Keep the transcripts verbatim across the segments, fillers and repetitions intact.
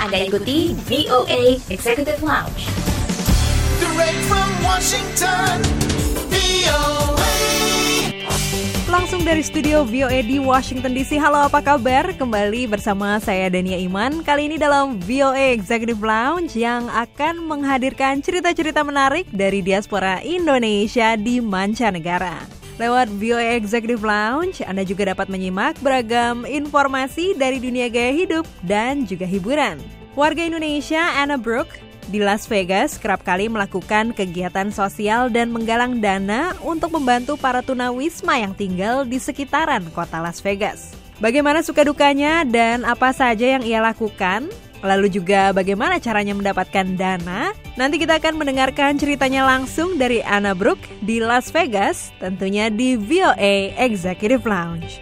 Anda ikuti V O A Executive Lounge. Direct from Washington, V O A. Langsung dari studio V O A di Washington D C. Halo, apa kabar? Kembali bersama saya Dania Iman. Kali ini dalam V O A Executive Lounge yang akan menghadirkan cerita-cerita menarik dari diaspora Indonesia di mancanegara. Lewat V O A Executive Lounge, Anda juga dapat menyimak beragam informasi dari dunia gaya hidup dan juga hiburan. Warga Indonesia Anna Brooke di Las Vegas kerap kali melakukan kegiatan sosial dan menggalang dana untuk membantu para tunawisma yang tinggal di sekitaran kota Las Vegas. Bagaimana suka dukanya dan apa saja yang ia lakukan? Lalu juga bagaimana caranya mendapatkan dana? Nanti kita akan mendengarkan ceritanya langsung dari Anna Brooke di Las Vegas, tentunya di V O A Executive Lounge.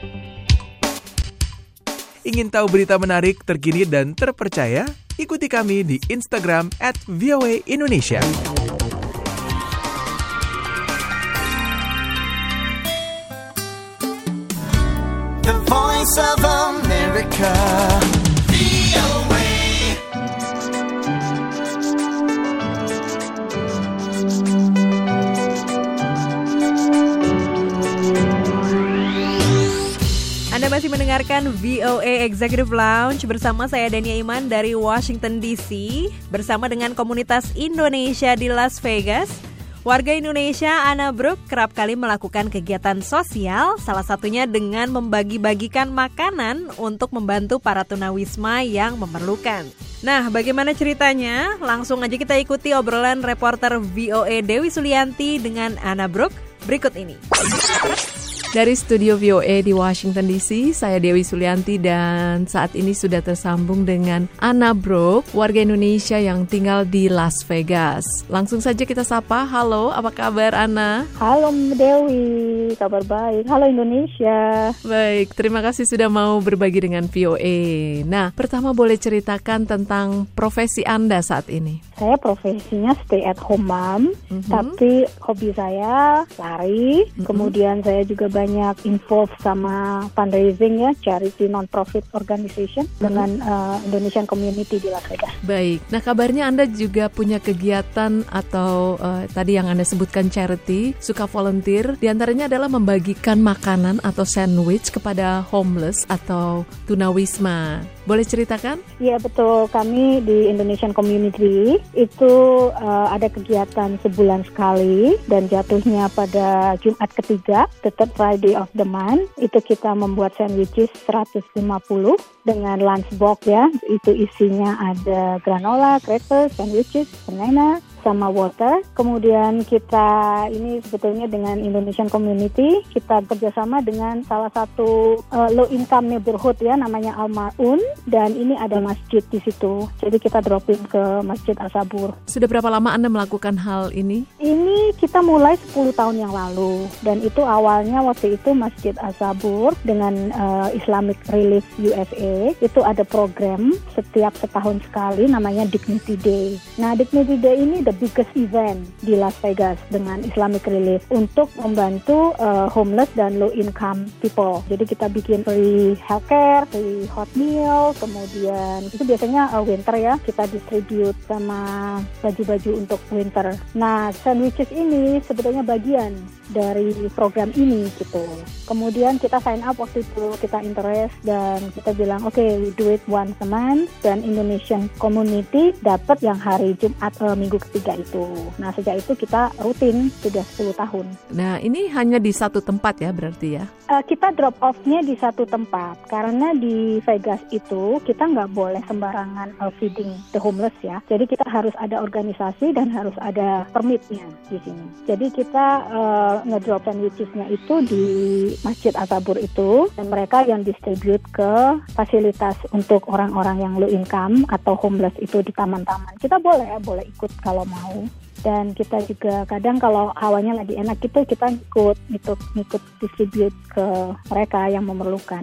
Ingin tahu berita menarik, terkini dan terpercaya? Ikuti kami di Instagram at V O A Indonesia. The Voice of America. Anda masih mendengarkan V O A Executive Lounge bersama saya Dania Iman dari Washington D C bersama dengan komunitas Indonesia di Las Vegas. Warga Indonesia Anna Brooke kerap kali melakukan kegiatan sosial, salah satunya dengan membagi-bagikan makanan untuk membantu para tunawisma yang memerlukan. Nah, bagaimana ceritanya? Langsung aja kita ikuti obrolan reporter V O A Dewi Sulianti dengan Anna Brooke berikut ini. Dari studio V O A di Washington D C, saya Dewi Sulianti dan saat ini sudah tersambung dengan Anna Brooke, warga Indonesia yang tinggal di Las Vegas. Langsung saja kita sapa. Halo, apa kabar Anna? Halo Dewi, kabar baik. Halo Indonesia. Baik, terima kasih sudah mau berbagi dengan V O A. Nah, pertama boleh ceritakan tentang profesi Anda saat ini? Saya profesinya stay at home mom, mm-hmm. tapi hobi saya lari, mm-hmm. kemudian saya juga banyak banyak involved sama fundraising ya, charity non-profit organization hmm. dengan uh, Indonesian community di Las Vegas. Baik, nah kabarnya Anda juga punya kegiatan atau uh, tadi yang Anda sebutkan charity, suka volunteer, diantaranya adalah membagikan makanan atau sandwich kepada homeless atau tunawisma. Boleh ceritakan? Iya betul, kami di Indonesian community itu uh, ada kegiatan sebulan sekali dan jatuhnya pada Jumat ketiga, tetap Friday of the month, itu kita membuat sandwiches seratus lima puluh dengan lunchbox ya, itu isinya ada granola, crackers, sandwiches, banana, sama water. Kemudian kita ini sebetulnya dengan Indonesian Community, kita kerjasama dengan salah satu uh, low income neighborhood ya, namanya Al-Mar'un, dan ini ada masjid di situ. Jadi kita dropin ke Masjid Al-Sabur. Sudah berapa lama Anda melakukan hal ini? Ini kita mulai sepuluh tahun yang lalu, dan itu awalnya waktu itu Masjid Al-Sabur dengan uh, Islamic Relief U S A, itu ada program setiap setahun sekali namanya Dignity Day. Nah, Dignity Day ini the biggest event di Las Vegas dengan Islamic Relief untuk membantu uh, homeless dan low income people. Jadi kita bikin free healthcare, free hot meal, kemudian itu biasanya uh, winter ya, kita distribute sama baju-baju untuk winter. Nah, sandwiches ini sebetulnya bagian dari program ini gitu. Kemudian kita sign up waktu itu, kita interest dan kita bilang oke, okay, we do it once a month, dan Indonesian community dapat yang hari Jumat uh, minggu ketiga itu. Nah, sejak itu kita rutin sudah sepuluh tahun. Nah, ini hanya di satu tempat ya berarti ya? Uh, kita drop off-nya di satu tempat karena di Vegas itu kita nggak boleh sembarangan uh, feeding the homeless ya. Jadi kita harus ada organisasi dan harus ada permitnya di sini. Jadi kita uh, ngedrop sandwiches-nya itu di Masjid Al-Sabur itu, dan mereka yang distribute ke fasilitas untuk orang-orang yang low income atau homeless itu di taman-taman. Kita boleh ya, boleh ikut kalau mau. Dan kita juga kadang kalau hawanya lagi enak gitu, kita ikut ikut ikut distribute ke mereka yang memerlukan.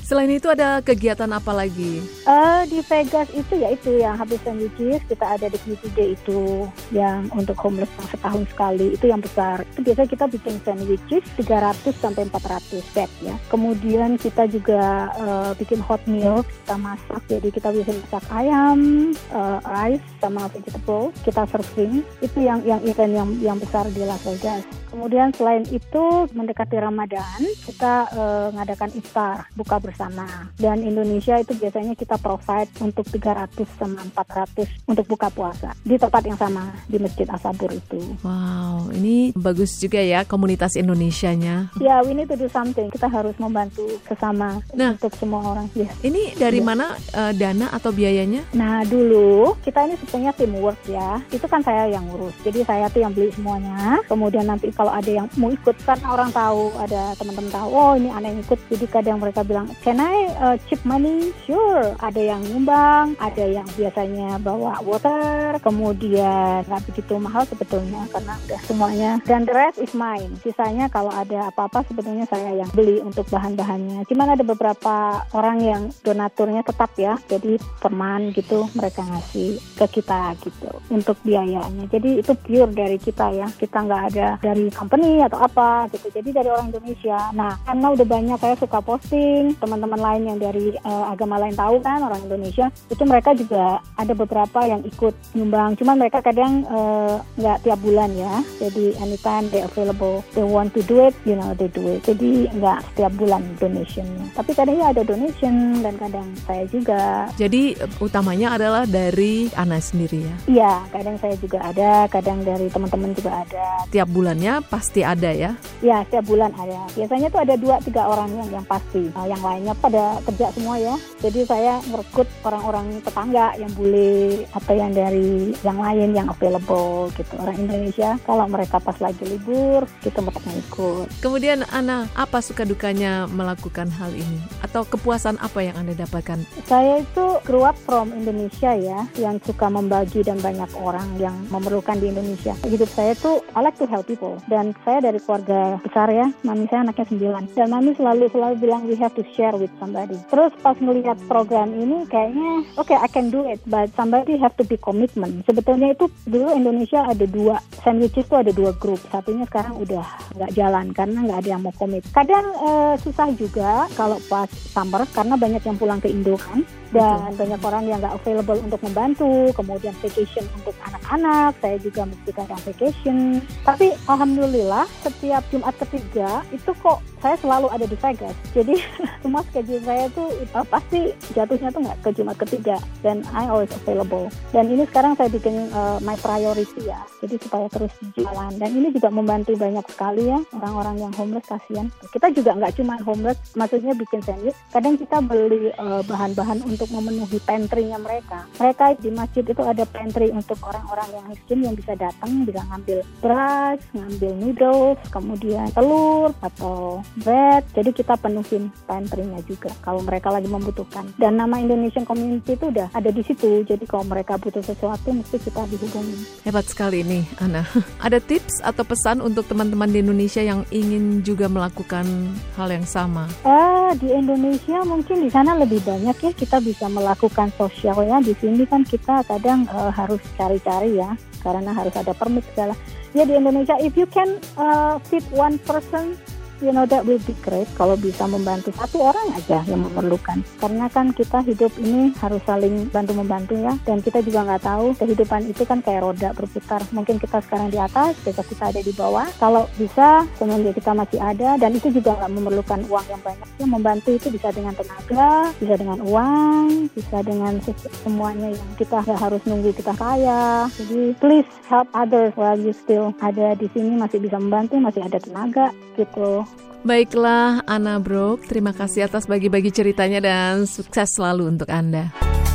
Selain itu ada kegiatan apa lagi? Uh, di Vegas itu ya itu yang habis sandwiches, kita ada di Beauty Day itu yang untuk homeless yang setahun sekali, itu yang besar. Itu biasanya kita bikin sandwiches tiga ratus sampai empat ratus set ya. Kemudian kita juga uh, bikin hot meal, kita masak, jadi kita bisa masak ayam, uh, rice sama vegetable, kita serving. Itu yang yang event yang yang besar di Las Vegas. Kemudian selain itu mendekati Ramadan, kita uh, ngadakan iftar, buka bersama. Dan Indonesia itu biasanya kita provide untuk tiga ratus sama empat ratus untuk buka puasa di tempat yang sama di Masjid As-Sabur itu. Wow, ini bagus juga ya komunitas Indonesianya. Ya, yeah, we need to do something. Kita harus membantu sesama nah, untuk semua orang. Yes. Ini dari yeah. mana uh, dana atau biayanya? Nah, dulu kita ini sebenarnya teamwork ya. Itu kan saya yang ngurus. Jadi saya tuh yang beli semuanya. Kemudian nanti kalau ada yang mau ikut, karena orang tahu, ada teman-teman tahu, oh ini anak yang ikut, jadi kadang mereka bilang, can I uh, chip money? Sure. Ada yang nyumbang, ada yang biasanya bawa water, kemudian nggak begitu mahal sebetulnya karena udah semuanya, dan the rest is mine. Sisanya kalau ada apa-apa sebetulnya saya yang beli untuk bahan-bahannya. Cuman ada beberapa orang yang donaturnya tetap ya, jadi per month gitu mereka ngasih ke kita gitu untuk biayanya. Jadi itu pure dari kita ya, kita nggak ada dari company atau apa gitu, jadi dari orang Indonesia. Nah, karena udah banyak saya suka posting, teman-teman lain yang dari uh, agama lain tahu kan orang Indonesia, itu mereka juga ada beberapa yang ikut nyumbang, cuman mereka kadang nggak uh, tiap bulan ya, jadi anytime they available, they want to do it, you know, they do it, jadi nggak setiap bulan donationnya, tapi kadang ya ada donation dan kadang saya juga. Jadi utamanya adalah dari Ana sendiri ya? Iya, kadang saya juga ada, kadang dari teman-teman juga ada. Tiap bulannya pasti ada ya? Ya, setiap bulan ada. Biasanya tuh ada dua tiga orang yang yang pasti. Nah, yang lainnya pada kerja semua ya. Jadi saya merekrut orang-orang tetangga yang bule atau yang dari yang lain yang available gitu. Orang Indonesia kalau mereka pas lagi libur, gitu mereka ikut. Kemudian Ana, apa suka dukanya melakukan hal ini? Atau kepuasan apa yang Anda dapatkan? Saya itu grew up from Indonesia ya, yang suka membagi dan banyak orang yang memerlukan di Indonesia. Hidup saya tuh I like to help people. Dan saya dari keluarga besar ya, mami saya anaknya sembilan. Dan mami selalu selalu bilang we have to share with somebody. Terus pas ngelihat program ini kayaknya, oke okay, I can do it, but somebody have to be commitment. Sebetulnya itu dulu Indonesia ada dua, sandwiches tuh ada dua grup. Satunya sekarang udah nggak jalan karena nggak ada yang mau komit. Kadang eh, susah juga kalau pas summer karena banyak yang pulang ke Indo kan. Dan betul, banyak orang yang nggak available untuk membantu, kemudian vacation untuk anak-anak, saya juga mesti kadang vacation. Tapi alhamdulillah setiap Jumat ketiga itu kok saya selalu ada di Vegas. Jadi semua schedule saya tuh uh, pasti jatuhnya tuh nggak ke Jumat ketiga, dan I always available. Dan ini sekarang saya bikin uh, my priority ya, jadi supaya terus jalan. Dan ini juga membantu banyak sekali ya orang-orang yang homeless, kasihan. Kita juga nggak cuma homeless, maksudnya bikin sandwich. Kadang kita beli uh, bahan-bahan untuk untuk memenuhi pantry-nya mereka. Mereka di masjid itu ada pantry untuk orang-orang yang miskin yang bisa datang, bisa ngambil beras, ngambil noodles, kemudian telur atau bread. Jadi kita penuhin pantry-nya juga kalau mereka lagi membutuhkan. Dan nama Indonesian Community itu udah ada di situ. Jadi kalau mereka butuh sesuatu mesti kita dihubungin. Hebat sekali nih, Ana. Ada tips atau pesan untuk teman-teman di Indonesia yang ingin juga melakukan hal yang sama? Eh, di Indonesia mungkin di sana lebih banyak ya kita bisa bisa melakukan sosial ya. Di sini kan kita kadang uh, harus cari-cari ya, karena harus ada permit segala. Ya di Indonesia, if you can uh, feed one person, you know, that will be great. Kalau bisa membantu satu orang aja yang memerlukan. Karena kan kita hidup ini harus saling bantu-membantu ya. Dan kita juga nggak tahu, kehidupan itu kan kayak roda berputar. Mungkin kita sekarang di atas, besok kita ada di bawah. Kalau bisa, semenjak kita masih ada, dan itu juga nggak memerlukan uang yang banyak. Yang membantu itu bisa dengan tenaga, bisa dengan uang, bisa dengan semuanya yang kita nggak harus nunggu kita kaya. Jadi please help others while you still ada di sini, masih bisa membantu, masih ada tenaga gitu. Baiklah, Ana Brok, terima kasih atas bagi-bagi ceritanya dan sukses selalu untuk Anda.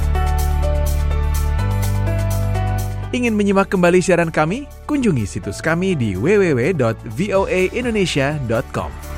Ingin menyimak kembali siaran kami? Kunjungi situs kami di w w w dot voa indonesia dot com.